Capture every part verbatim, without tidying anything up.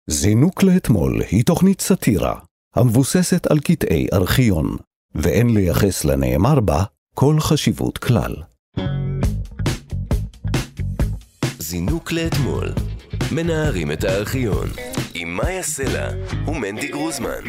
זינוק לאתמול היא תוכנית סאטירה, המבוססת על קטעי ארכיון, ואין לייחס לנאמר בה כל חשיבות כלל. זינוק לאתמול, מנערים את הארכיון, עם מאיה סלע ומנדי גרוזמן.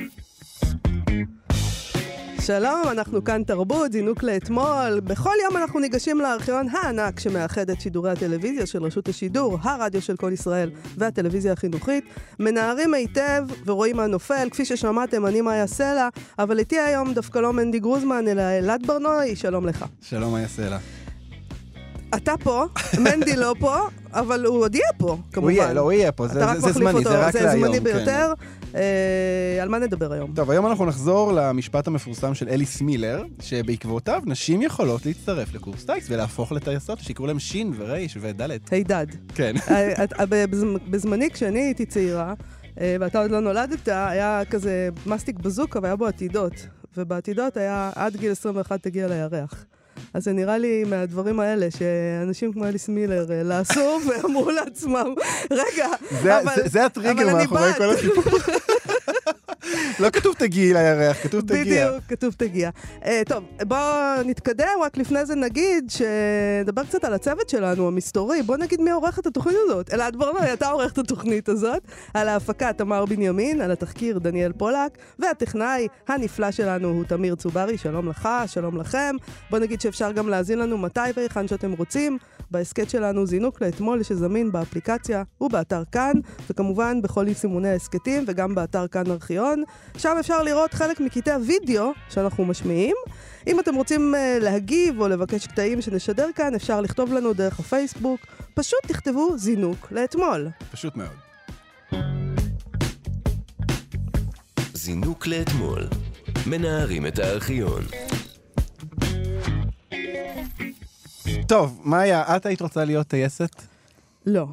שלום, אנחנו כאן תרבות, זינוק לאתמול. בכל יום אנחנו ניגשים לארכיון הענק שמאחד את שידורי הטלוויזיה של רשות השידור, הרדיו של כל ישראל והטלוויזיה החינוכית. מנערים היטב ורואים מה נופל. כפי ששמעתם, אני מאיה סלע, אבל איתי היום דווקא לא מנדי גרוזמן, אלא אלעד ברנועי. שלום לך. שלום מאיה סלע. אתה פה, מנדי לא פה, אבל הוא עוד יהיה פה, כמובן. הוא יהיה, לא, הוא יהיה פה, זה, זה, זה זמני, זה רק זה להיום. זה זמני ביותר. כן. אה, על מה נדבר היום? טוב, היום אנחנו נחזור למשפט המפורסם של אליס מילר, שבעקבותיו נשים יכולות להצטרף לקורס טייס ולהפוך לטייסות, שיקראו להם שין ורייש ודלת. הידד. כן. בזמני, כשאני הייתי צעירה, ואתה עוד לא נולדת, היה כזה מסטיק בזוקה והיה בו עתידות. ובעתידות היה עד גיל עשרים ואחת תגיע לירח. אז זה נראה לי מהדברים האלה, שאנשים כמו אליס מילר לעשו ואמרו לעצמם, רגע, זה, אבל, זה, זה הטריגר מאחורי כל הסיפור. לא כתוב תגיע לירח, כתוב תגיע. בדיוק, כתוב תגיע. Uh, טוב, בואו נתקדם, רק לפני זה נגיד, שנדבר קצת על הצוות שלנו, המסתורי. בואו נגיד מי עורך את התוכנית הזאת. אלעד ברנועי, אתה עורך את התוכנית הזאת. על ההפקה תמר בנימין, על התחקיר דניאל פולק, והטכנאי הנפלא שלנו הוא תמיר צוברי. שלום לך, שלום לכם. בואו נגיד שאפשר גם להזין לנו מתי והיכן שאתם רוצים. בהסקט שלנו זינוק לאתמול שזמין באפליקציה ובאתר כאן, וכמובן בכל סימוני ההסקטים וגם באתר כאן ארכיון. שם אפשר לראות חלק מקטעי הוידאו שאנחנו משמיעים. אם אתם רוצים uh, להגיב או לבקש קטעים שנשדר כאן, אפשר לכתוב לנו דרך הפייסבוק. פשוט תכתבו זינוק לאתמול. פשוט מאוד. זינוק לאתמול, מנערים את הארכיון. טוב, מאיה, את היית רוצה להיות טייסת? לא.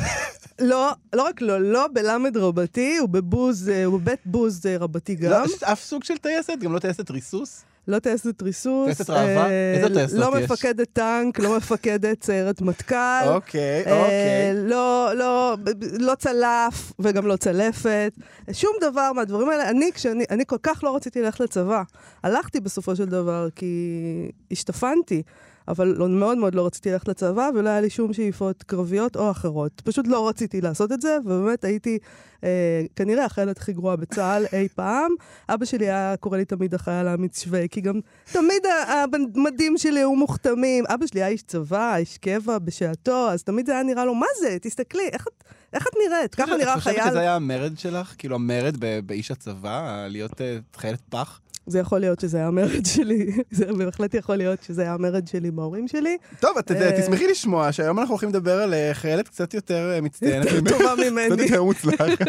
לא, לא רק לא, לא בלמד רבתי, ובבוז, ובבית בוז רבתי גם. לא, אף סוג של טייסת? גם לא טייסת ריסוס? לא טייסת ריסוס. טייסת רעבה? איזה טייסות יש? לא מפקדת טנק, לא מפקדת סיירת מטכ"ל. אוקיי, אוקיי. לא, לא, לא צלף וגם לא צלפת. שום דבר מהדברים האלה. אני, כשאני, אני כל כך לא רציתי ללכת לצבא. הלכתי בסופו של דבר כי השתפנתי. אבל לא, מאוד מאוד לא רציתי ללכת לצבא, ולא היה לי שום שאיפות קרביות או אחרות. פשוט לא רציתי לעשות את זה, ובאמת הייתי אה, כנראה החיילת הכי גרועה בצה"ל אי פעם. אבא שלי היה קורא לי תמיד החייל האמיץ שווה, כי גם תמיד המדים שלי היו מוכתמים. אבא שלי היה איש צבא, איש קבע בשעתו, אז תמיד זה היה נראה לו, מה זה? תסתכלי, איך את, איך את נראית? ככה נראה חייל. את חושבת שזה היה המרד שלך? כאילו המרד באיש הצבא, להיות חיילת פח? זה יכול להיות שזה היה המרד שלי, זה בהחלט יכול להיות שזה היה המרד שלי בהורים שלי. טוב, תשמחי לשמוע שהיום אנחנו הולכים לדבר על חיילת קצת יותר מצטיינת. יותר טובה ממני. קצת יותר מוצלחת.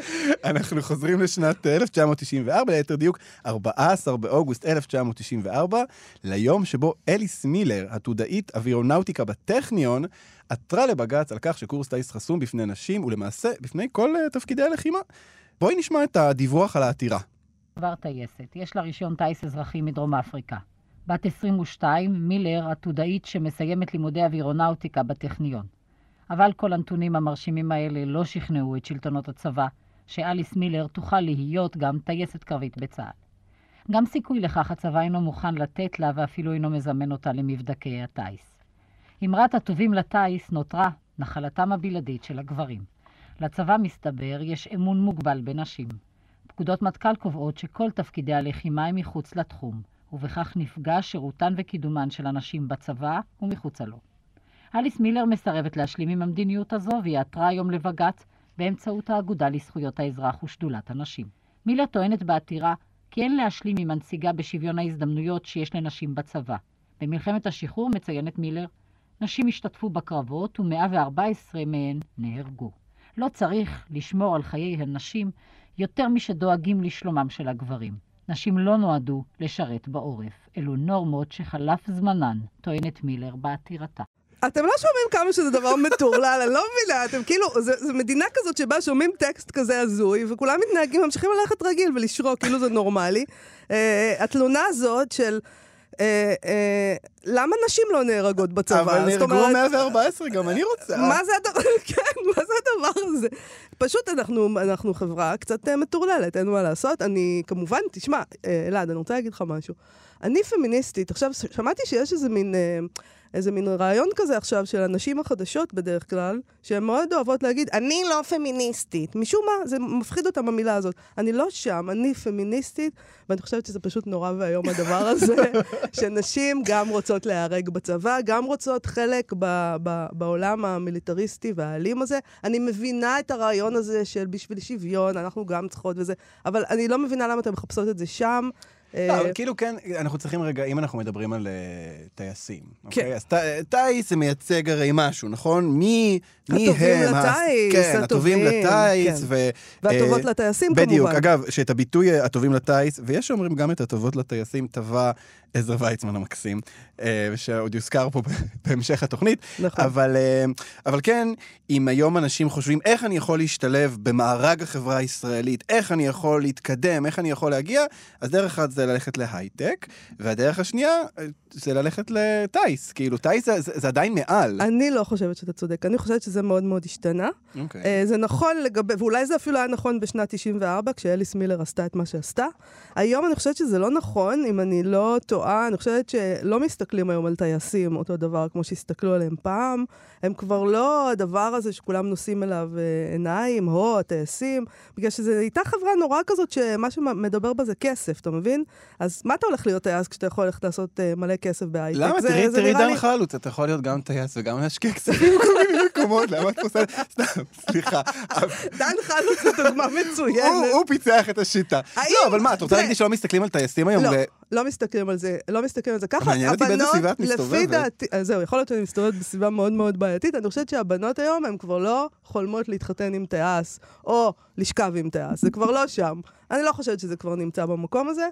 אנחנו חוזרים לשנת אלף תשע מאות תשעים וארבע, ליתר דיוק ארבעה עשר באוגוסט אלף תשע מאות תשעים וארבע, ליום שבו אליס מילר, עתודאית אווירונאוטיקה בטכניון, עתרה לבג"ץ על כך שקורס טייס חסום בפני נשים, ולמעשה בפני כל תפקידי הלחימה. בואי נשמע את הדיווח על העתירה. כבר טייסת, יש לה רישיון טייס אזרחי מדרום אפריקה. בת עשרים ושתיים, מילר, עתודאית שמסיימת לימודי אווירונאוטיקה בטכניון. אבל כל הנתונים המרשימים האלה לא שכנעו את שלטונות הצבא, שאליס מילר תוכל להיות גם טייסת קרבית בצה"ל. גם סיכוי לכך הצבא אינו מוכן לתת לה ואפילו אינו מזמן אותה למבדקי הטייס. אמרת הטובים לטייס נותרה נחלתם הבלעדית של הגברים. לצבא מסתבר יש אמון מוגבל בנשים. פקודות מטכ"ל קובעות שכל תפקידי הלחימה הם מחוץ לתחום, ובכך נפגע שירותן וקידומן של אנשים בצבא ומחוצה לו. אליס מילר מסרבת להשלים עם המדיניות הזו, והיא עתרה היום לבג"ץ באמצעות האגודה לזכויות האזרח ושדולת הנשים. מילר טוענת בעתירה כי אין להשלים עם הנציגה בשוויון ההזדמנויות שיש לנשים בצבא. במלחמת השחרור מציינת מילר, נשים השתתפו בקרבות ו-מאה וארבע עשרה מהן נהרגו. לא צריך לשמור על חיי הנשים יותר משדואגים לשלומם של הגברים. נשים לא נועדו לשרת בעורף. אלו נורמות שחלף זמנן, טוענת מילר בעתירתה. אתם לא שומעים כמה שזה דבר מטורלל, אני לא מבינה, אתם כאילו, זה, זה מדינה כזאת שבה שומעים טקסט כזה הזוי, וכולם מתנהגים, ממשיכים ללכת רגיל ולשרוק, כאילו זה נורמלי. Uh, התלונה הזאת של אה, אה, למה נשים לא נהרגות בצבא? אבל זאת נהרגו אומרת, מאה וארבע עשרה, גם אני רוצה. מה זה הדבר, כן, מה זה הדבר הזה? פשוט אנחנו, אנחנו חברה קצת אה, מטורללת, אין מה לעשות. אני, כמובן, תשמע, אה, אלעד, אני רוצה להגיד לך משהו. אני פמיניסטית, עכשיו, שמעתי שיש איזה מין, אה, איזה מין רעיון כזה עכשיו של הנשים החדשות בדרך כלל, שהן מאוד אוהבות להגיד, אני לא פמיניסטית. משום מה, זה מפחיד אותם המילה הזאת. אני לא שם, אני פמיניסטית, ואני חושבת שזה פשוט נורא והיום הדבר הזה, שנשים גם רוצות להיהרג בצבא, גם רוצות חלק ב- ב- בעולם המיליטריסטי והאלים הזה. אני מבינה את הרעיון הזה של בשביל שוויון, אנחנו גם צריכות וזה, אבל אני לא מבינה למה אתן מחפשות את זה שם. לא, אבל כאילו כן, אנחנו צריכים רגע, אם אנחנו מדברים על טייסים, כן. אוקיי? אז טייס זה מייצג הרי משהו, נכון? מי הם? הטובים לטייס, כן, הטובים לטייס. והטובות לטייסים כמובן. בדיוק, אגב, שאת הביטוי הטובים לטייס, ויש שאומרים גם את הטובות לטייסים, טבע עזר ויצמן המקסים, שעוד יוזכר פה בהמשך התוכנית. נכון. אבל, אבל כן, אם היום אנשים חושבים איך אני יכול להשתלב במארג החברה הישראלית, איך אני יכול להתקדם, איך אני יכול להגיע, אז דרך אחת זה ללכת להייטק, והדרך השנייה זה ללכת לטייס. כאילו, טייס זה, זה, זה עדיין מעל. אני לא חושבת שאתה צודק. אני חושבת שזה מאוד מאוד השתנה. Okay. זה נכון לגבי, ואולי זה אפילו היה נכון בשנת תשעים וארבע, כשאליס מילר עשתה את מה שעשתה. היום אני חושבת שזה לא נכון, אם אני לא טועה, אני חושבת שלא מסתכלים היום על טייסים אותו דבר כמו שהסתכלו עליהם פעם. הם כבר לא הדבר הזה שכולם נושאים אליו עיניים, הו, הטייסים, בגלל שזה הייתה חברה נורא כזאת שמה שמדבר בה זה כסף, אתה מבין? אז מה אתה הולך להיות טייס כשאתה יכול ללכת לעשות מלא כסף בהייטק? למה? תראי, תראי דן חלוץ, אתה יכול להיות גם טייס וגם להשקיע כספים בכל מיני מקומות, למה את פוסלת? סתם, סליחה. דן חלוץ זה דוגמה מצוינת. הוא פיצח את השיטה. לא, אבל מה, את רוצה להגיד שלא מסתכלים על טייסים היום? לא, לא מסתכלים על זה, לא מסתכלים על זה ככה. מעניין אותי באיזה סביבה את מסתובבת. זהו, יכול להיות שאני מסתובבת בסביבה מאוד מאוד בעייתית. אני חושבת שהבנות היום הן כבר לא חולמות להתחתן עם טייס, או לשכב עם טייס. זה כבר לא שם. אני לא חושבת שזה כבר נמצא במקום הזה.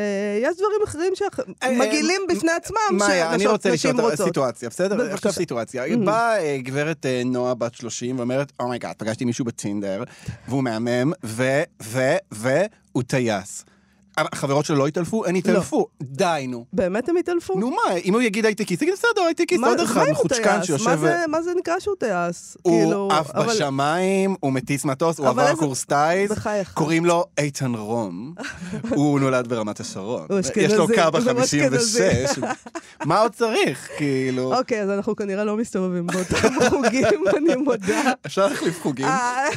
יש דברים אחרים שמגילים בפני עצמם מאיה, אני רוצה לשאול את הסיטואציה, בסדר? עכשיו סיטואציה. באה גברת נועה בת שלושים ואומרת, אומייגאד, פגשתי מישהו בטינדר, והוא מהמם, ו, ו, ו, הוא טייס. החברות שלו לא התעלפו, הן התעלפו. די, נו. באמת הם התעלפו? נו מה, אם הוא יגיד הייטקיסט, תגיד בסדר, הייטקיסט, עוד אחד מחוצ'קן שיושב... מה זה נקרא שהוא טייס? הוא עף בשמיים, הוא מטיס מטוס, הוא עבר קורס טייס, קוראים לו איתן רום, הוא נולד ברמת השרון. יש לו קאבה חמישים ושש. מה עוד צריך, כאילו? אוקיי, אז אנחנו כנראה לא מסתובבים באותם חוגים, אני מודה. אפשר להחליף חוגים?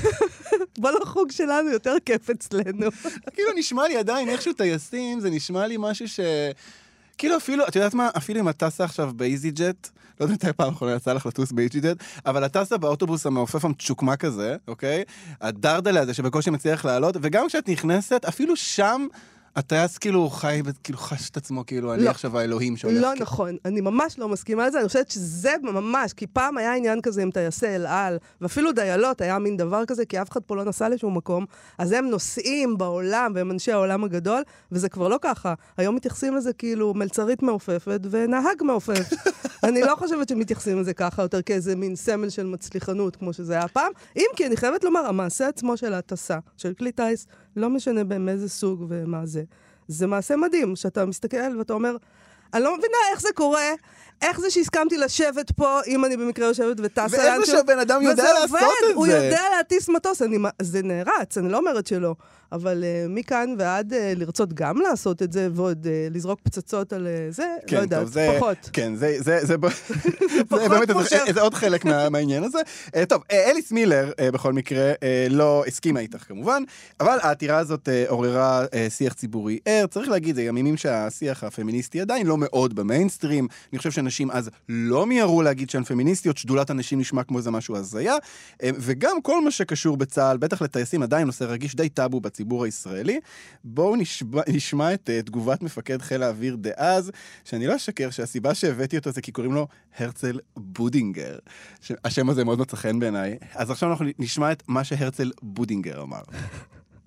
בוא לחוג שלנו, יותר כיף אצלנו. כאילו נשמע לי עדיין איכשהו טייסים, זה נשמע לי משהו ש... כאילו אפילו, את יודעת מה? אפילו אם את טסה עכשיו באיזי ג'ט, לא יודעת מתי פעם אחרונה יצא לך לטוס באיזי ג'ט, אבל את טסה באוטובוס המעופף המצ'וקמק הזה, אוקיי? הדרדלה הזה שבקושי מצליח לעלות, וגם כשאת נכנסת, אפילו שם... הטייס כאילו חי, כאילו חש את עצמו, כאילו אני עכשיו האלוהים שהולך. לא נכון, אני ממש לא מסכימה על זה, אני חושבת שזה ממש, כי פעם היה עניין כזה עם טייסי אל על, ואפילו דיילות היה מין דבר כזה, כי אף אחד פה לא נסע לשום מקום, אז הם נוסעים בעולם, והם אנשי העולם הגדול, וזה כבר לא ככה. היום מתייחסים לזה כאילו מלצרית מעופפת, ונהג מעופף. אני לא חושבת שמתייחסים לזה ככה, יותר כאיזה מין סמל של מצליחנות, כמו שזה היה פעם. אם כי אני חייבת לומר, המעשה עצמו של הטסה, של כלי טייס, לא משנה באיזה סוג ומה זה. זה מעשה מדהים, שאתה מסתכל ואתה אומר, אני לא מבינה איך זה קורה, איך זה שהסכמתי לשבת פה, אם אני במקרה יושבת וטסה לאנשהו. ואיך זה שהבן אדם יודע לעשות את זה. הוא יודע להטיס מטוס, אני, זה נערץ, אני לא אומרת שלא. אבל uh, מכאן ועד uh, לרצות גם לעשות את זה, ועוד uh, לזרוק פצצות על uh, זה, כן, לא יודעת, זה, פחות. כן, זה, זה, זה, זה באמת, זה, זה עוד חלק מה, מהעניין הזה. Uh, טוב, uh, אליס מילר, uh, בכל מקרה, uh, לא הסכימה איתך כמובן, אבל העתירה הזאת uh, עוררה uh, שיח ציבורי ער, צריך להגיד, זה ימים שהשיח הפמיניסטי עדיין לא מאוד במיינסטרים, אני חושב שאנשים אז לא מיירו להגיד שהן פמיניסטיות, שדולת הנשים נשמע כמו זה משהו הזיה, uh, וגם כל מה שקשור בצה"ל, בטח לטייסים עדיין נושא רגיש די טאבו בציבור הישראלי. בואו נשמע, נשמע את uh, תגובת מפקד חיל האוויר דאז, שאני לא אשקר שהסיבה שהבאתי אותו זה כי קוראים לו הרצל בודינגר. השם הזה מאוד מצא חן בעיניי. אז עכשיו אנחנו נשמע את מה שהרצל בודינגר אמר.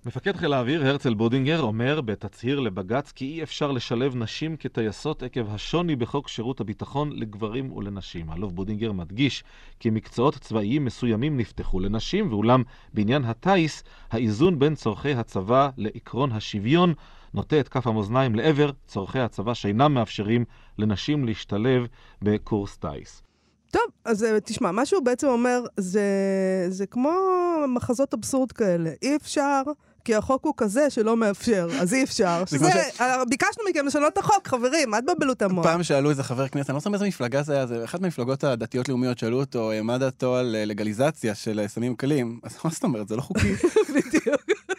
מפקד חיל האוויר הרצל בודינגר אומר בתצהיר לבג"ץ כי אי אפשר לשלב נשים כטייסות עקב השוני בחוק שירות הביטחון לגברים ולנשים. האלוף בודינגר מדגיש כי מקצועות צבאיים מסוימים נפתחו לנשים, ואולם בעניין הטייס האיזון בין צורכי הצבא לעקרון השוויון נוטה את כף המאזניים לעבר צורכי הצבא שאינם מאפשרים לנשים להשתלב בקורס טייס. טוב, אז תשמע, מה שהוא בעצם אומר, זה, זה כמו מחזות אבסורד כאלה. אי אפשר, כי החוק הוא כזה שלא מאפשר, אז אי אפשר. שזה, ש... ביקשנו מכם לשנות את החוק, חברים, עד בבלו את המון. פעם שאלו איזה חבר כנסת, אני לא יודע איזה מפלגה זה היה, זה אחת מהמפלגות הדתיות לאומיות שאלו אותו, מה דעתו על לגליזציה של סמים קלים, אז מה זאת אומרת, זה לא חוקי. בדיוק.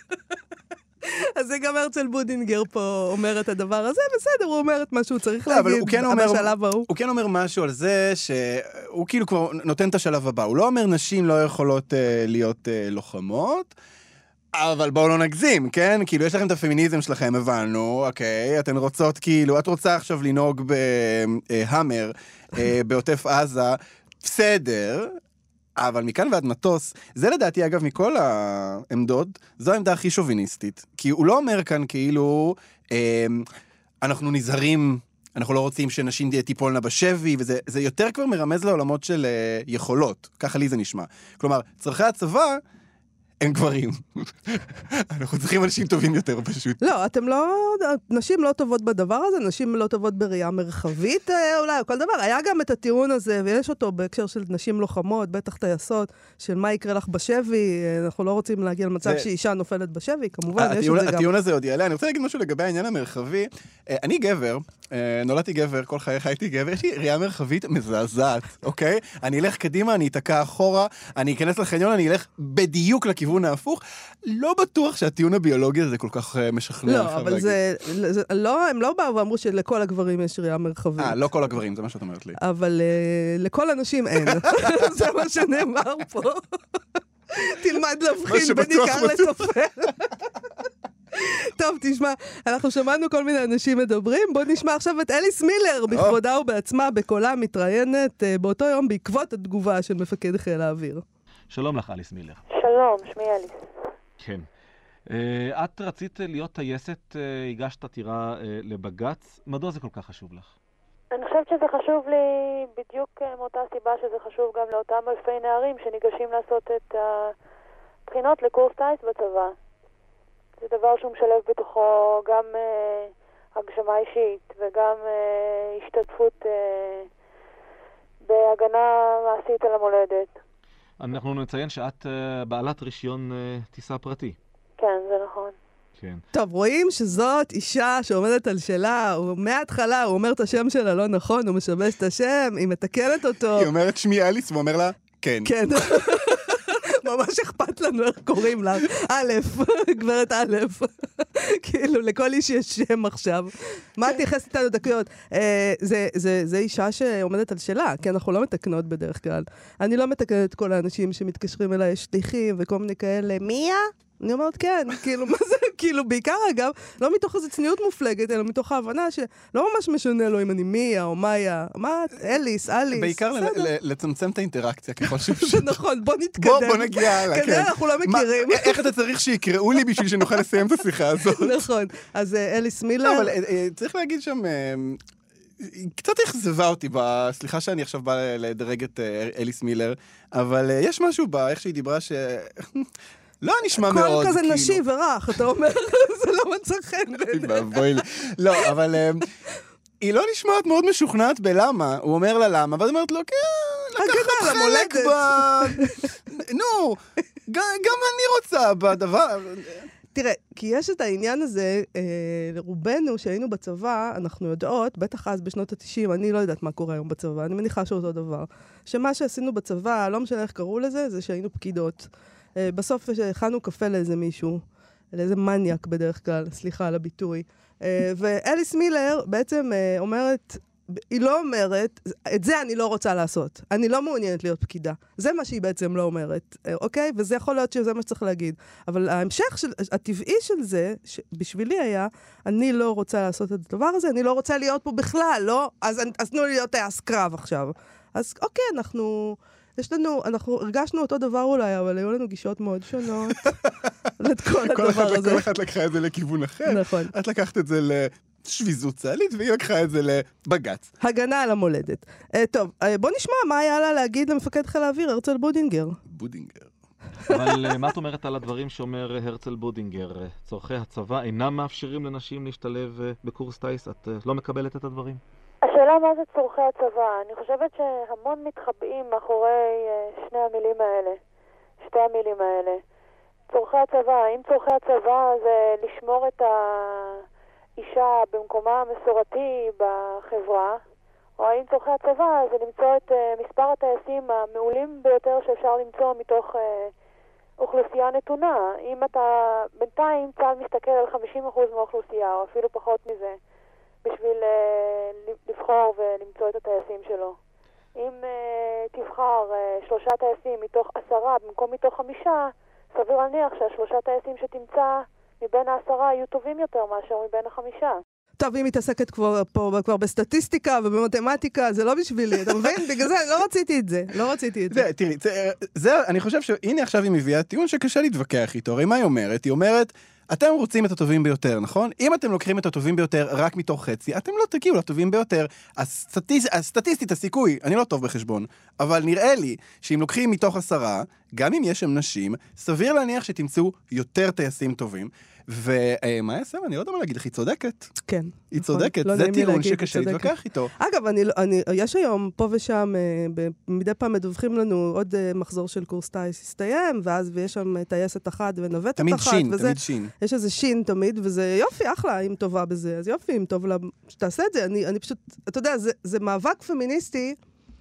אז זה גם הרצל בודינגר פה אומר את הדבר הזה, בסדר, הוא אומר את מה שהוא צריך להגיד בשלב ההוא. הוא כן אומר משהו על זה שהוא כאילו כבר נותן את השלב הבא. הוא לא אומר נשים לא יכולות להיות לוחמות, אבל בואו לא נגזים, כן? כאילו יש לכם את הפמיניזם שלכם, הבנו, אוקיי, אתן רוצות כאילו, את רוצה עכשיו לנהוג בהמר בעוטף עזה, בסדר, אבל מכאן ועד מטוס, זה לדעתי אגב מכל העמדות, זו העמדה הכי שוביניסטית. כי הוא לא אומר כאן כאילו, אה, אנחנו נזהרים, אנחנו לא רוצים שנשים תיפולנה בשבי, וזה זה יותר כבר מרמז לעולמות של אה, יכולות. ככה לי זה נשמע. כלומר, צרכי הצבא הם גברים. אנחנו צריכים אנשים טובים יותר פשוט. לא, אתם לא, נשים לא טובות בדבר הזה, נשים לא טובות בראייה מרחבית אולי, או כל דבר. היה גם את הטיעון הזה, ויש אותו בהקשר של נשים לוחמות, בטח טייסות, של מה יקרה לך בשבי, אנחנו לא רוצים להגיע למצב שאישה נופלת בשבי, כמובן, יש את זה גם. הטיעון הזה עוד יעלה. אני רוצה להגיד משהו לגבי העניין המרחבי. אני גבר, נולדתי גבר, כל חיי חייתי גבר, יש לי ראייה מרחבית מזעזעת, אוקיי? אני אלך קדימה, אני אתקע אחורה, אני אכנס לחניון, אני אלך בדיוק לכיוון ההפוך. לא בטוח שהטיעון הביולוגי הזה כל כך משכנע. לא, אבל זה, זה, לא, הם לא באו ואמרו שלכל הגברים יש ראייה מרחבית. אה, לא כל הגברים, זה מה שאת אומרת לי. אבל uh, לכל הנשים אין. זה מה שנאמר פה. תלמד להבחין בין עיקר לטופל. טוב, תשמע, אנחנו שמענו כל מיני אנשים מדברים, בוא נשמע עכשיו את אליס מילר, בכבודה ובעצמה, בקולה מתראיינת באותו יום בעקבות התגובה של מפקד חיל האוויר. שלום לך, אליס מילר. שלום, שמי אליס. כן. את רצית להיות טייסת, הגשת עתירה לבג"ץ, מדוע זה כל כך חשוב לך? אני חושבת שזה חשוב לי בדיוק מאותה סיבה שזה חשוב גם לאותם אלפי נערים שניגשים לעשות את הבחינות לקורס טייס בצבא. זה דבר שהוא משלב בתוכו גם אה, הגשמה אישית וגם אה, השתתפות אה, בהגנה מעשית על המולדת. אנחנו נציין שאת אה, בעלת רישיון אה, טיסה פרטי. כן, זה נכון. כן. טוב, רואים שזאת אישה שעומדת על שלה, הוא מההתחלה, הוא אומר את השם שלה לא נכון, הוא משבש את השם, היא מתקנת אותו. היא אומרת שמי אליס, והוא אומר לה, כן. כן. ממש אכפת לנו איך קוראים לה. א', גברת א', כאילו, לכל איש יש שם עכשיו. מה תייחס איתנו דקויות? זה אישה שעומדת על שלה, כי אנחנו לא מתקנות בדרך כלל. אני לא מתקנת את כל האנשים שמתקשרים אליי, שליחים וכל מיני כאלה. מיה? אני אומרת כן, כאילו, מה זה? כאילו, בעיקר אגב, לא מתוך איזו צניעות מופלגת, אלא מתוך ההבנה שלא ממש משנה לו אם אני מיה או מאיה, מה, אליס, אליס, בעיקר לצמצם את האינטראקציה ככל שאפשר. זה נכון, בוא נתקדם. בוא נגיע הלאה, כן. כנראה אנחנו לא מכירים. איך אתה צריך שיקראו לי בשביל שנוכל לסיים את השיחה הזאת? נכון, אז אליס מילר. אבל צריך להגיד שם, היא קצת אכזבה אותי, סליחה שאני עכשיו בא לדרג את אליס מילר, אבל יש משהו בה, איך שהיא דיברה ש... לא נשמע מאוד, הכל כזה נשי ורח, אתה אומר, זה לא מצא חן. לא, אבל היא לא נשמעת מאוד משוכנעת בלמה, הוא אומר לה למה, ואז אומרת לו, כן, לקחת חלק ב... נו, גם אני רוצה בדבר... תראה, כי יש את העניין הזה, לרובנו שהיינו בצבא, אנחנו יודעות, בטח אז בשנות ה-תשעים, אני לא יודעת מה קורה היום בצבא, אני מניחה שאותו דבר, שמה שעשינו בצבא, לא משנה איך קראו לזה, זה שהיינו פקידות. בסוף הכנו קפה לאיזה מישהו, לאיזה מניאק בדרך כלל, סליחה על הביטוי. ואליס מילר בעצם אומרת, היא לא אומרת, את זה אני לא רוצה לעשות. אני לא מעוניינת להיות פקידה. זה מה שהיא בעצם לא אומרת, אוקיי? וזה יכול להיות שזה מה שצריך להגיד. אבל ההמשך של, הטבעי של זה, בשבילי היה, אני לא רוצה לעשות את הדבר הזה, אני לא רוצה להיות פה בכלל, לא? אז, אז תנו לי להיות טייס קרב עכשיו. אז אוקיי, אנחנו... יש לנו, אנחנו הרגשנו אותו דבר אולי, אבל היו לנו גישות מאוד שונות לאת כל הדבר הזה. כל אחד לקחה את זה לכיוון אחר. נכון. את לקחת את זה לשביזות צה"לית, והיא לקחה את זה לבג"ץ. הגנה על המולדת. טוב, בוא נשמע מה היה לה להגיד למפקד חיל האוויר, הרצל בודינגר. בודינגר. אבל מה את אומרת על הדברים שאומר הרצל בודינגר? צורכי הצבא אינם מאפשרים לנשים להשתלב בקורס טייס? את לא מקבלת את הדברים? השאלה מה זה צורכי הצבא. אני חושבת שהמון מתחבאים מאחורי שני המילים האלה. שתי המילים האלה. צורכי הצבא. אם צורכי הצבא זה לשמור את האישה במקומה המסורתי בחברה, או האם צורכי הצבא זה למצוא את מספר הטייסים המעולים ביותר שאפשר למצוא מתוך אוכלוסייה נתונה. אם אתה בינתיים צה"ל מסתכל על חמישים אחוז מהאוכלוסייה, או אפילו פחות מזה, בשביל uh, לבחור ולמצוא את הטייסים שלו. אם uh, תבחר uh, שלושה טייסים מתוך עשרה במקום מתוך חמישה, סביר להניח שהשלושה טייסים שתמצא מבין העשרה יהיו טובים יותר מאשר מבין החמישה. טוב, היא מתעסקת כבר, פה, כבר בסטטיסטיקה ובמתמטיקה, זה לא בשבילי, אתה מבין? בגלל זה לא רציתי את זה, לא רציתי את זה. זה, תראי, זה, זה, אני חושב שהנה עכשיו היא מביאה טיעון שקשה להתווכח איתו. הרי מה היא אומרת? היא אומרת, אתם רוצים את הטובים ביותר, נכון? אם אתם לוקחים את הטובים ביותר רק מתוך חצי, אתם לא תגיעו לטובים ביותר. הסטטיס, הסטטיסטית, הסיכוי, אני לא טוב בחשבון, אבל נראה לי שאם לוקחים מתוך עשרה, גם אם יש שם נשים, סביר להניח שתמצאו יותר טייסים טובים. ומה יעשה? אני לא יודע מה להגיד, היא צודקת. כן. היא צודקת, זה טיעון שקשה להתווכח איתו. אגב, אני, אני, יש היום פה ושם, מדי פעם מדווחים לנו עוד מחזור של קורס טייס הסתיים, ואז ויש שם טייסת אחת ונווטת אחת. תמיד שין, וזה, תמיד שין. יש איזה שין תמיד, וזה יופי, אחלה, אם טובה בזה. אז יופי, אם טוב לה, שתעשה את זה. אני, אני פשוט, אתה יודע, זה, זה מאבק פמיניסטי,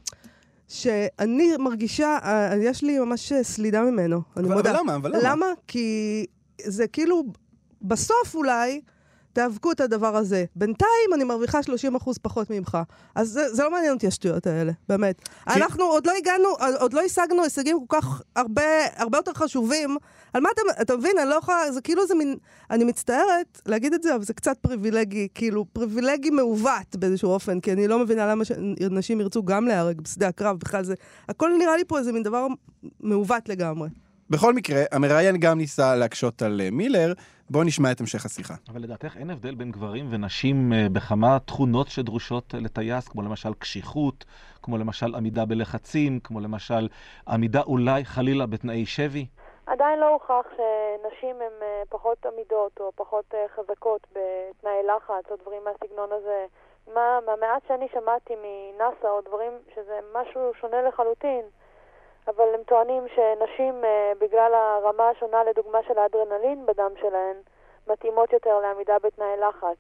שאני מרגישה, יש לי ממש סלידה ממנו. אני אבל, מודה. אבל למה? אבל למה? למה? כי זה כאילו, בסוף אולי, תאבקו את הדבר הזה. בינתיים אני מרוויחה שלושים אחוז פחות ממך. אז זה, זה לא מעניין אותי השטויות האלה, באמת. כי... אנחנו עוד לא הגענו, עוד לא השגנו הישגים כל כך הרבה, הרבה יותר חשובים. על מה אתה, אתה מבין? אני לא יכולה, זה כאילו זה מין, אני מצטערת להגיד את זה, אבל זה קצת פריבילגי, כאילו פריבילגי מעוות באיזשהו אופן, כי אני לא מבינה למה שאנשים ירצו גם להיהרג בשדה הקרב, בכלל זה, הכל נראה לי פה איזה מין דבר מעוות לגמרי. בכל מקרה, המראיין גם ניסה להקשות על מילר, בואו נשמע את המשך השיחה. אבל לדעתך אין הבדל בין גברים ונשים בכמה תכונות שדרושות לטייס, כמו למשל קשיחות, כמו למשל עמידה בלחצים, כמו למשל עמידה אולי חלילה בתנאי שבי? עדיין לא הוכח שנשים הן פחות עמידות או פחות חזקות בתנאי לחץ או דברים מהסגנון הזה. מה, מהמעט שאני שמעתי מנאסא או דברים שזה משהו שונה לחלוטין, אבל הם טוענים שנשים, בגלל הרמה השונה לדוגמה של האדרנלין בדם שלהן, מתאימות יותר לעמידה בתנאי לחץ.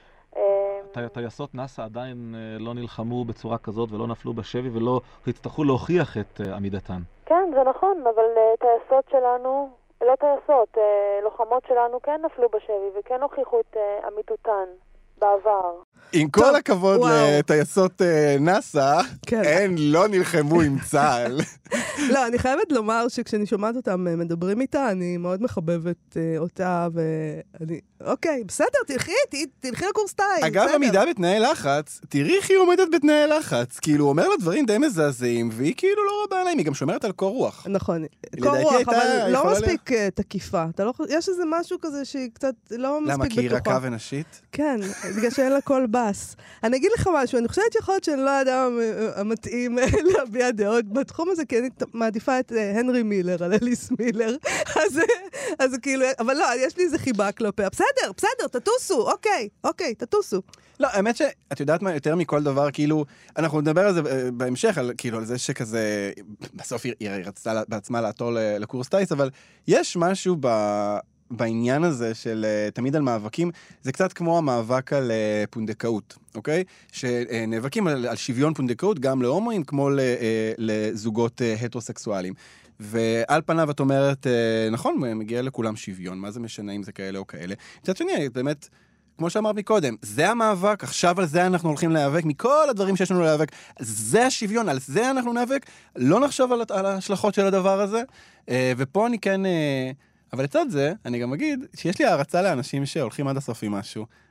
טייסות נאסא עדיין לא נלחמו בצורה כזאת ולא נפלו בשבי ולא הצטרכו להוכיח את עמידתן. כן, זה נכון, אבל טייסות שלנו, לא טייסות, לוחמות שלנו כן נפלו בשבי וכן הוכיחו את עמידותן בעבר. עם כל הכבוד לטייסות נאסא, הן לא נלחמו עם צה"ל. לא, אני חייבת לומר שכשאני שומעת אותם מדברים איתה, אני מאוד מחבבת אותה, ואני, אוקיי, בסדר, תלכי, תלכי לקורס טייס. אגב, עמידה בתנאי לחץ, תראי איך היא עומדת בתנאי לחץ. כאילו, הוא אומר לה דברים די מזעזעים, והיא כאילו לא רבה עליהם, היא גם שומרת על קור רוח. נכון, קור רוח, אבל לא מספיק תקיפה. יש איזה משהו כזה שהיא קצת לא מספיק בטוחה. למה, כי היא רכה ונשית? כן, בגלל שאין לה כל בס. אני אגיד לך משהו, אני חושבת שיכול להיות שאני לא האדם המתאים להביע דעות בתחום הזה, כי אני מעדיפה את הנרי מילר על אליס מילר. אז כאילו, אבל לא, יש לי איזה חיבה כלפיה. בסדר, בסדר, תטוסו, אוקיי, אוקיי, תטוסו. לא, האמת שאת יודעת מה, יותר מכל דבר, כאילו, אנחנו נדבר על זה בהמשך, על, כאילו, על זה שכזה, בסוף היא, היא רצתה בעצמה לעתור לקורס טייס, אבל יש משהו ב... בעניין הזה של uh, תמיד על מאבקים, זה קצת כמו המאבק על uh, פונדקאות, אוקיי? שנאבקים על, על שוויון פונדקאות גם להומואים, כמו ל, uh, לזוגות uh, הטרוסקסואליים. ועל פניו את אומרת, uh, נכון, מגיע לכולם שוויון, מה זה משנה אם זה כאלה או כאלה? מצד שני, באמת, כמו שאמרת מקודם, זה המאבק, עכשיו על זה אנחנו הולכים להיאבק, מכל הדברים שיש לנו להיאבק, זה השוויון, על זה אנחנו נאבק, לא נחשוב על, על ההשלכות של הדבר הזה, uh, ופה אני כן... Uh, אבל לצד זה, אני גם אגיד שיש לי הערצה לאנשים שהולכים עד הסוף עם משהו,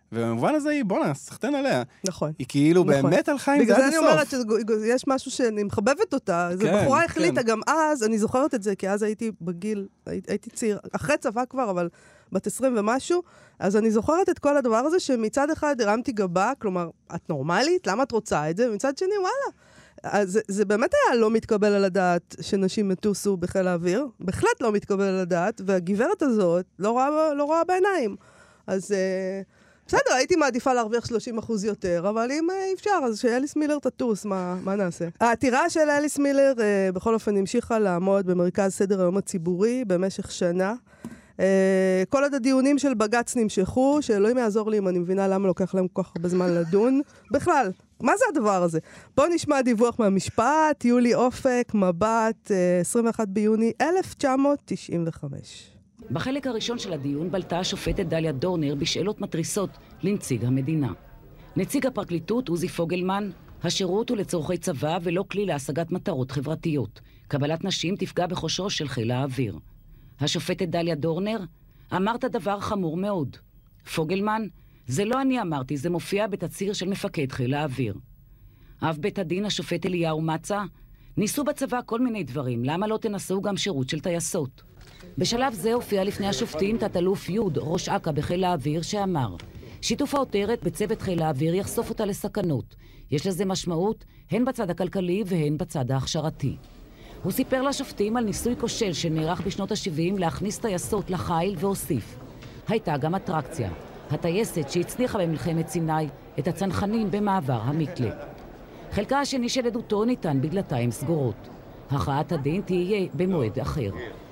ובמובן הזה היא, בונה, סחטן עליה. נכון. היא כאילו נכון. באמת הלכה עם זה בגלל עד זה הסוף. אני אומרת שיש משהו שאני מחבבת אותה. זו כן, בחורה כן. החליטה גם אז, אני זוכרת את זה, כי אז הייתי בגיל, הייתי, הייתי צעיר, אחרי צבא כבר, אבל בת עשרים ומשהו, אז אני זוכרת את כל הדבר הזה, שמצד אחד הרמתי גבה, כלומר, את נורמלית? למה את רוצה את זה? ומצד שני, וואלה. אז זה, זה באמת היה לא מתקבל על הדעת שנשים מטוסו בחיל האוויר, בהחלט לא מתקבל על הדעת, והגברת הזאת לא רואה, לא רואה בעיניים. אז אה, בסדר, הייתי מעדיפה להרוויח שלושים אחוז יותר, אבל אם אה, אפשר, אז שאליס מילר תטוס, מה, מה נעשה? העתירה של אליס מילר אה, בכל אופן המשיכה לעמוד במרכז סדר היום הציבורי במשך שנה. Uh, כל עוד הדיונים של בגץ נמשכו, שאלוהים יעזור לי אם אני מבינה למה לוקח להם כל כך הרבה זמן לדון. בכלל, מה זה הדבר הזה? בואו נשמע דיווח מהמשפט, יולי אופק, מבט, uh, עשרים ואחד ביוני אלף תשע מאות תשעים וחמש. בחלק הראשון של הדיון בלטה השופטת דליה דורנר בשאלות מטריסות לנציג המדינה. נציג הפרקליטות עוזי פוגלמן, השירות הוא לצורכי צבא ולא כלי להשגת מטרות חברתיות. קבלת נשים תפגע בכושרו של חיל האוויר. השופטת דליה דורנר, אמרת דבר חמור מאוד. פוגלמן, זה לא אני אמרתי, זה מופיע בתצהיר של מפקד חיל האוויר. אב בית הדין השופט אליהו מצא, ניסו בצבא כל מיני דברים, למה לא תנסו גם שירות של טייסות? בשלב זה הופיע לפני השופטים תת-אלוף יוד, ראש אכ"א בחיל האוויר, שאמר, שיתוף העותרת בצוות חיל האוויר יחשוף אותה לסכנות. יש לזה משמעות הן בצד הכלכלי והן בצד ההכשרתי. הוא סיפר לשופטים על ניסוי כושל שנערך בשנות ה-שבעים להכניס טייסות לחיל והוסיף. הייתה גם אטרקציה, הטייסת שהצליחה במלחמת סיני את הצנחנים במעבר המקלה. חלקה השני של עדותו ניתן בדלתיים סגורות. הכרעת הדין תהיה במועד אחר.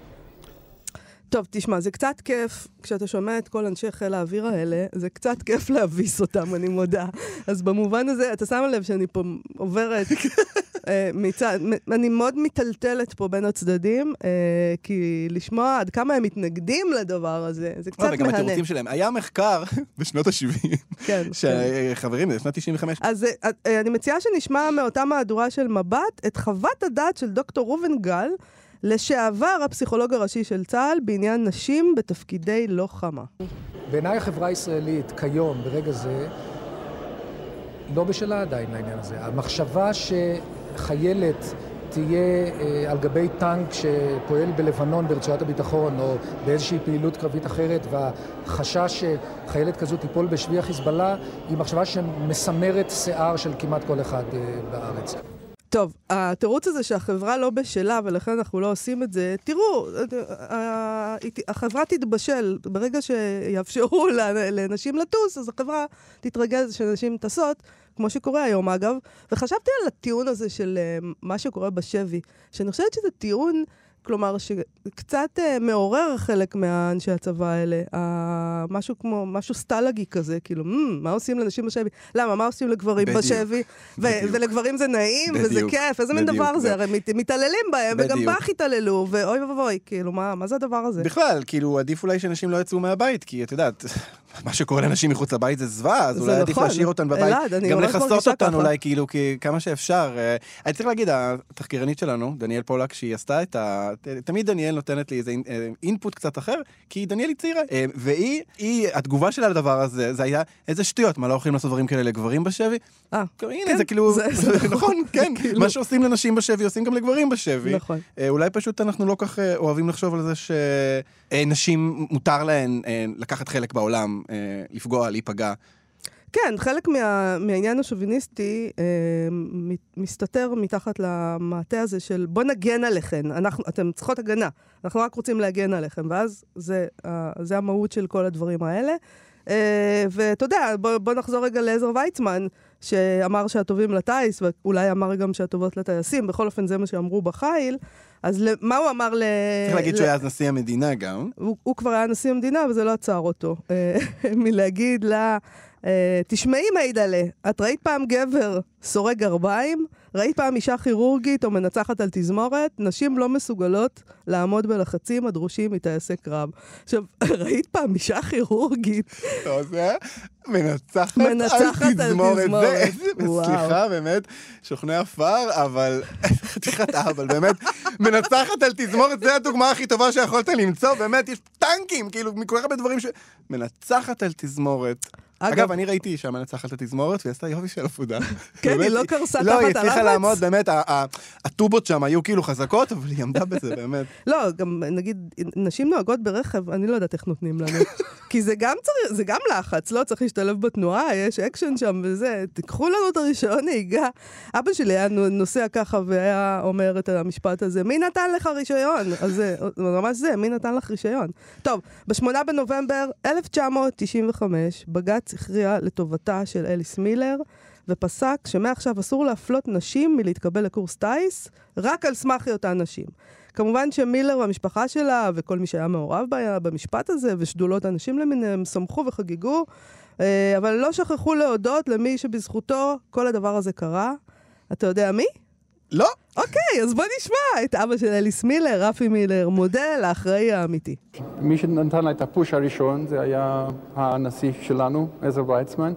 טוב, תשמע, זה קצת כיף, כשאתה שומע את כל אנשי חיל האוויר האלה, זה קצת כיף להביס אותם, אני מודה. אז במובן הזה, אתה שם לב שאני פה עוברת מצד, אני מאוד מטלטלת פה בין הצדדים, כי לשמוע עד כמה הם מתנגדים לדבר הזה, זה קצת מהנה. וגם התירוצים שלהם. היה מחקר בשנות ה-שבעים, שחברים, זה שנת תשעים וחמש. אז אני מציעה שנשמע מאותה מהדורה של מבט, את חוות הדעת של דוקטור ראובן גל, לשעבר הפסיכולוג הראשי של צה"ל בעניין נשים בתפקידי לוחמה. בעיניי החברה הישראלית כיום, ברגע זה, לא בשלה עדיין לעניין הזה. המחשבה שחיילת תהיה אה, על גבי טנק שפועל בלבנון ברצועת הביטחון או באיזושהי פעילות קרבית אחרת, והחשש שחיילת כזו תיפול בשבי החיזבאללה, היא מחשבה שמסמרת שיער של כמעט כל אחד אה, בארץ. טוב, התירוץ הזה שהחברה לא בשלה ולכן אנחנו לא עושים את זה, תראו, החברה תתבשל, ברגע שיאפשרו לנשים לטוס, אז החברה תתרגל שנשים טסות, כמו שקורה היום אגב, וחשבתי על הטיעון הזה של מה שקורה בשבי, שאני חושבת שזה טיעון, כלומר, שקצת uh, מעורר חלק מהאנשי הצבא האלה, uh, משהו כמו, משהו סטלגי כזה, כאילו, mm, מה עושים לנשים בשבי? למה, מה עושים לגברים בדיוק, בשבי? ו- ולגברים זה נעים, בדיוק, וזה כיף, איזה מין דבר זה? הרי מת, מתעללים בהם, בדיוק. וגם בך התעללו, ואוי ובוי, כאילו, מה, מה זה הדבר הזה? בכלל, כאילו, עדיף אולי שאנשים לא יצאו מהבית, כי את יודעת, מה שקורה לאנשים מחוץ לבית זה זווה, אז אולי עדיף להשאיר אותן בבית, גם לחסות אותן אולי, כאילו, כמה שאפשר. אני צריך להגיד, התחקירנית שלנו, דניאל פולק, שהיא עשתה את ה... תמיד דניאל נותנת לי איזה אינפוט קצת אחר, כי דניאל היא צעירה. והיא, היא, התגובה שלה לדבר הזה, זה היה איזה שטויות, מה לא הולכים לעשות דברים כאלה לגברים בשבי? אה, הנה, זה כאילו, נכון, כן, מה שעושים לנשים בשבי, עושים גם לגברים בשבי. נכון. אולי פשוט אנחנו לא כך אוהבים לחשוב על זה שנשים מותר להן לקחת חלק בעולם, לפגוע, להיפגע. כן, חלק מה, מהעניין השוביניסטי אה, מסתתר מתחת למעטה הזה של בוא נגן עליכם, אנחנו, אתם צריכות הגנה, אנחנו רק רוצים להגן עליכם, ואז זה, אה, זה המהות של כל הדברים האלה. אה, ואתה יודע, בוא, בוא נחזור רגע לעזר ויצמן, שאמר שהטובים לטייס, ואולי אמר גם שהטובות לטייסים, בכל אופן זה מה שאמרו בחיל, אז מה הוא אמר ל... צריך להגיד שהוא היה נשיא המדינה גם. הוא, הוא כבר היה נשיא המדינה, וזה לא עצר אותו. מלהגיד לה... Uh, תשמעי מידלה, את ראית פעם גבר סורג גרביים? ראית פעם אישה כירורגית או מנצחת על תזמורת? נשים לא מסוגלות לעמוד בלחצים הדרושים מטייסי קרב. עכשיו, ראית פעם אישה כירורגית? לא, זה מנצחת, מנצחת על תזמורת. זה, סליחה, באמת, שוכני אפר, אבל חתיכת אבל, באמת, מנצחת על תזמורת, זה הדוגמה הכי טובה שיכולת למצוא, באמת, יש טנקים, כאילו, מכוח הרבה דברים ש... מנצחת על תזמורת. אגב, אני ראיתי שהמנצחת התזמורת, והיא עשתה יופי של עפודה. כן, היא לא קרסה תחת לא, היא הלחץ. הצליחה לעמוד, באמת, הטובות שם היו כאילו חזקות, אבל היא עמדה בזה, באמת. לא, גם נגיד, נשים נוהגות ברכב, אני לא יודעת איך נותנים לנו. כי זה גם צריך, זה גם לחץ, לא צריך להשתלב בתנועה, יש אקשן שם וזה, תיקחו לנו את הרישיון נהיגה. אבא שלי היה נוסע ככה והיה אומר את המשפט הזה, מי נתן לך רישיון? אז זה, ממש זה, מי נתן לך רישיון? טוב, בשמונה בנובמבר אלף תשע מאות תשעים וחמש, בג"ץ הכריע לטובתה של אליס מילר, ופסק שמעכשיו אסור להפלות נשים מלהתקבל לקורס טייס, רק על סמך היותן נשים. כמובן שמילר והמשפחה שלה, וכל מי שהיה מעורב במשפט הזה, ושדולות הנשים למיניהם, שמחו וחגיגו, אבל לא שכחו להודות למי שבזכותו כל הדבר הזה קרה. אתה יודע מי? לא. אוקיי, אז בוא נשמע את אבא של אליס מילר, רפי מילר, מודל האחראי האמיתי. מי שנתן לה את הפוש הראשון, זה היה הנשיא שלנו, עזר ויצמן,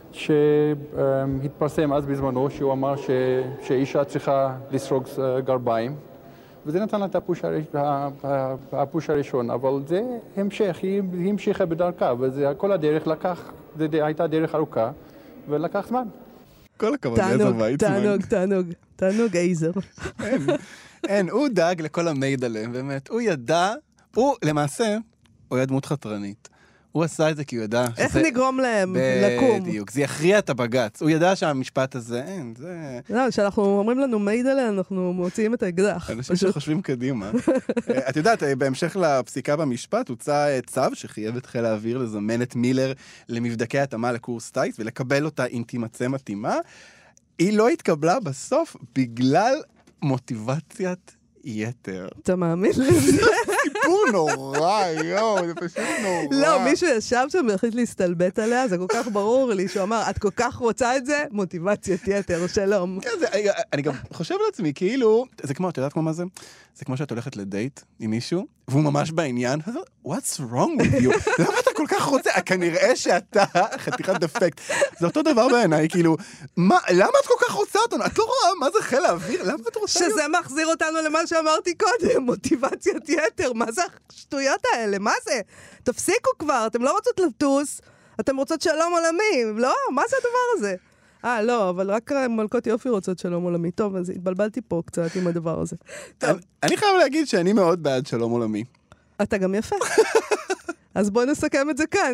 שהתפרסם אז בזמנו, שהוא אמר ש... שאישה צריכה לסרוג גרביים, וזה נתן לה את הפוש, הראש... הפוש הראשון, אבל זה המשך, היא, היא המשיכה בדרכה, וכל הדרך לקח, זה הייתה דרך ארוכה, ולקח זמן. כל הכבוד, עזר ויצמן. תענוג, תענוג, תענוג עזר. אין, אין, הוא דאג לכל המידע להם, באמת. הוא ידע, הוא למעשה, הוא היה דמות חתרנית. הוא עשה את זה כי הוא ידע... איך נגרום להם לקום? בדיוק, זה יכריע את הבג"ץ. הוא ידע שהמשפט הזה, אין, זה... לא, כשאנחנו אומרים לנו מידע להם, אנחנו מוציאים את האקדח. אנשים שחושבים קדימה. את יודעת, בהמשך לפסיקה במשפט, הוצא צו שחייב את חיל האוויר לזמן את מילר למבדקי התאמה לקורס טייס, ולקבל אותה אם תימצא מתאימה. היא לא התקבלה בסוף בגלל מוטיבציית יתר. אתה מאמין לזה? סיפור נורא, יואו, זה פשוט נורא. לא, מישהו ישב שם והחליט להסתלבט עליה, זה כל כך ברור לי, שהוא אמר, את כל כך רוצה את זה? מוטיבציית יתר, שלום. אני גם חושב לעצמי, כאילו, זה כמו, את יודעת כמו מה זה? זה כמו שאת הולכת לדייט עם מישהו, והוא ממש בעניין, what's wrong with you? למה אתה כל כך רוצה? כנראה שאתה חתיכת דפקט. זה אותו דבר בעיניי, כאילו, למה את כל כך רוצה אותנו? את לא רואה מה זה חיל האוויר? למה את רוצה? שזה מחזיר אותנו למה שאמרתי קודם, מוטיבציית יתר, מה זה השטויות האלה? מה זה? תפסיקו כבר, אתם לא רוצות לטוס, אתם רוצות שלום עולמי, לא? מה זה הדבר הזה? אה, לא, אבל רק מלכות יופי רוצות שלום עולמי. טוב, אז התבלבלתי פה קצת עם הדבר הזה. אני חייב להגיד שאני מאוד בעד שלום עולמי. אתה גם יפה. אז בוא נסכם את זה כאן.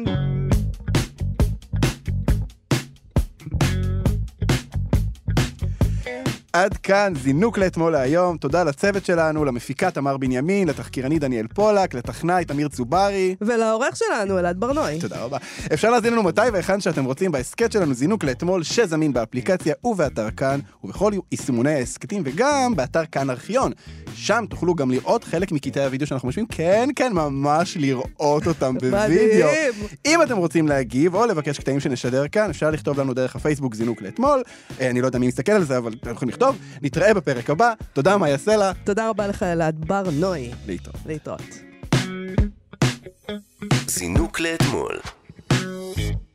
עד כאן זינוק לאתמול להיום. תודה לצוות שלנו, למפיקה תמר בנימין, לתחקירני דניאל פולק, לטכנאי תמיר צוברי. ולעורך שלנו, אלעד ברנועי. תודה רבה. אפשר להזין לנו מתי והיכן שאתם רוצים בהסקט שלנו זינוק לאתמול, שזמין באפליקציה ובאתר כאן, ובכל יישומוני ההסקטים, וגם באתר כאן ארכיון. שם תוכלו גם לראות חלק מקטעי הוידאו שאנחנו משמיעים. כן, כן, ממש לראות אותם בווידאו. אם אתם רוצים להגיב או לבקש קטעים שנשדר כאן, אפשר לכתוב לנו דרך הפייסבוק זינוק לאתמול. אני לא יודע מי מסתכל על זה, אבל אתם יכולים לכתוב. נתראה בפרק הבא. תודה, מאיה סלע. תודה רבה לך, אלעד ברנועי. להתראות. להתראות. זינוק לאתמול.